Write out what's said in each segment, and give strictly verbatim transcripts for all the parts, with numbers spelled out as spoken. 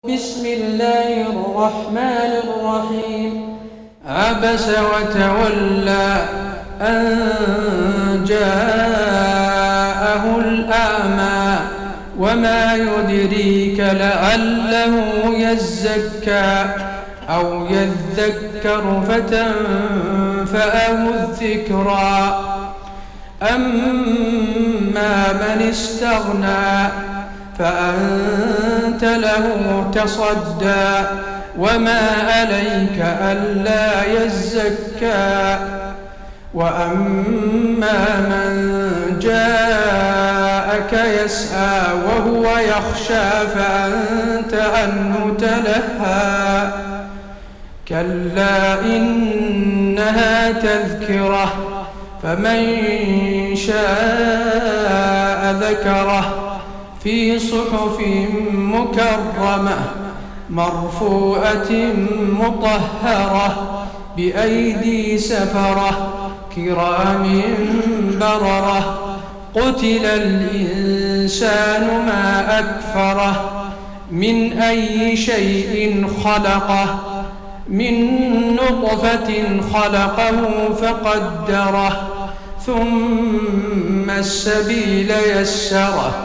بسم الله الرحمن الرحيم. عبس وتولى أن جاءه الأعمى وما يدريك لعله يزكى أو يذكر فتنفعه الذكرى. أما من استغنى فأنت له تصدى وما عليك ألا يزكى. وأما من جاءك يسعى وهو يخشى فأنت عنه تلهى. كلا إنها تذكرة فمن شاء ذكره في صحف مكرمة مرفوعة مطهرة بأيدي سفرة كرام بررة. قتل الإنسان ما أكفره من أي شيء خلقه من نطفة خلقه فقدره ثم السبيل يسره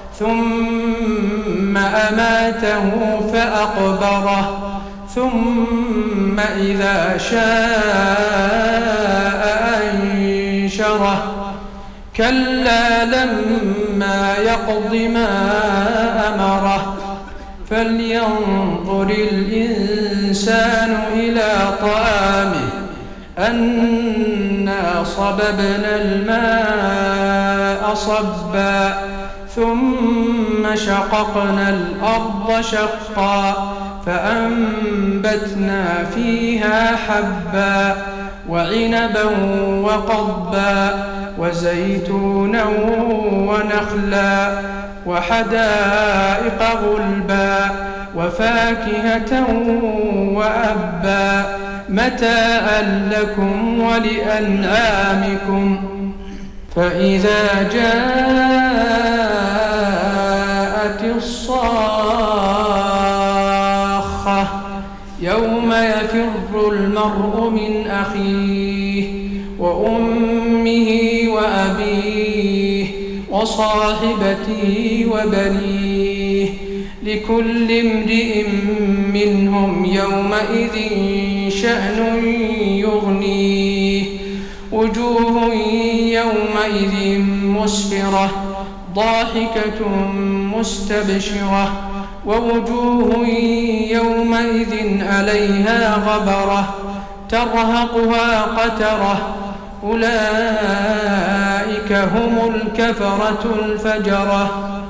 ثم أماته فأقبره ثم إذا شاء أنشره. كلا لما يقض ما أمره فلينظر الإنسان إلى طعامه أنا صببنا الماء صبا ثم شققنا الأرض شقا فأنبتنا فيها حبا وعنبا وقضبا وزيتونا ونخلا وحدائق غلبا وفاكهة وأبا متاعا لكم ولأنعامكم. فإذا جاءت الصاخة يوم يفر المرء من أخيه وأمه وأبيه وصاحبته وبنيه لكل امرئ منهم يومئذ شأن يغنيه. وجوه يومئذ مسفرة ضاحكة مستبشرة ووجوه يومئذ عليها غبرة ترهقها قترة. أولئك هم الكفرة الفجرة.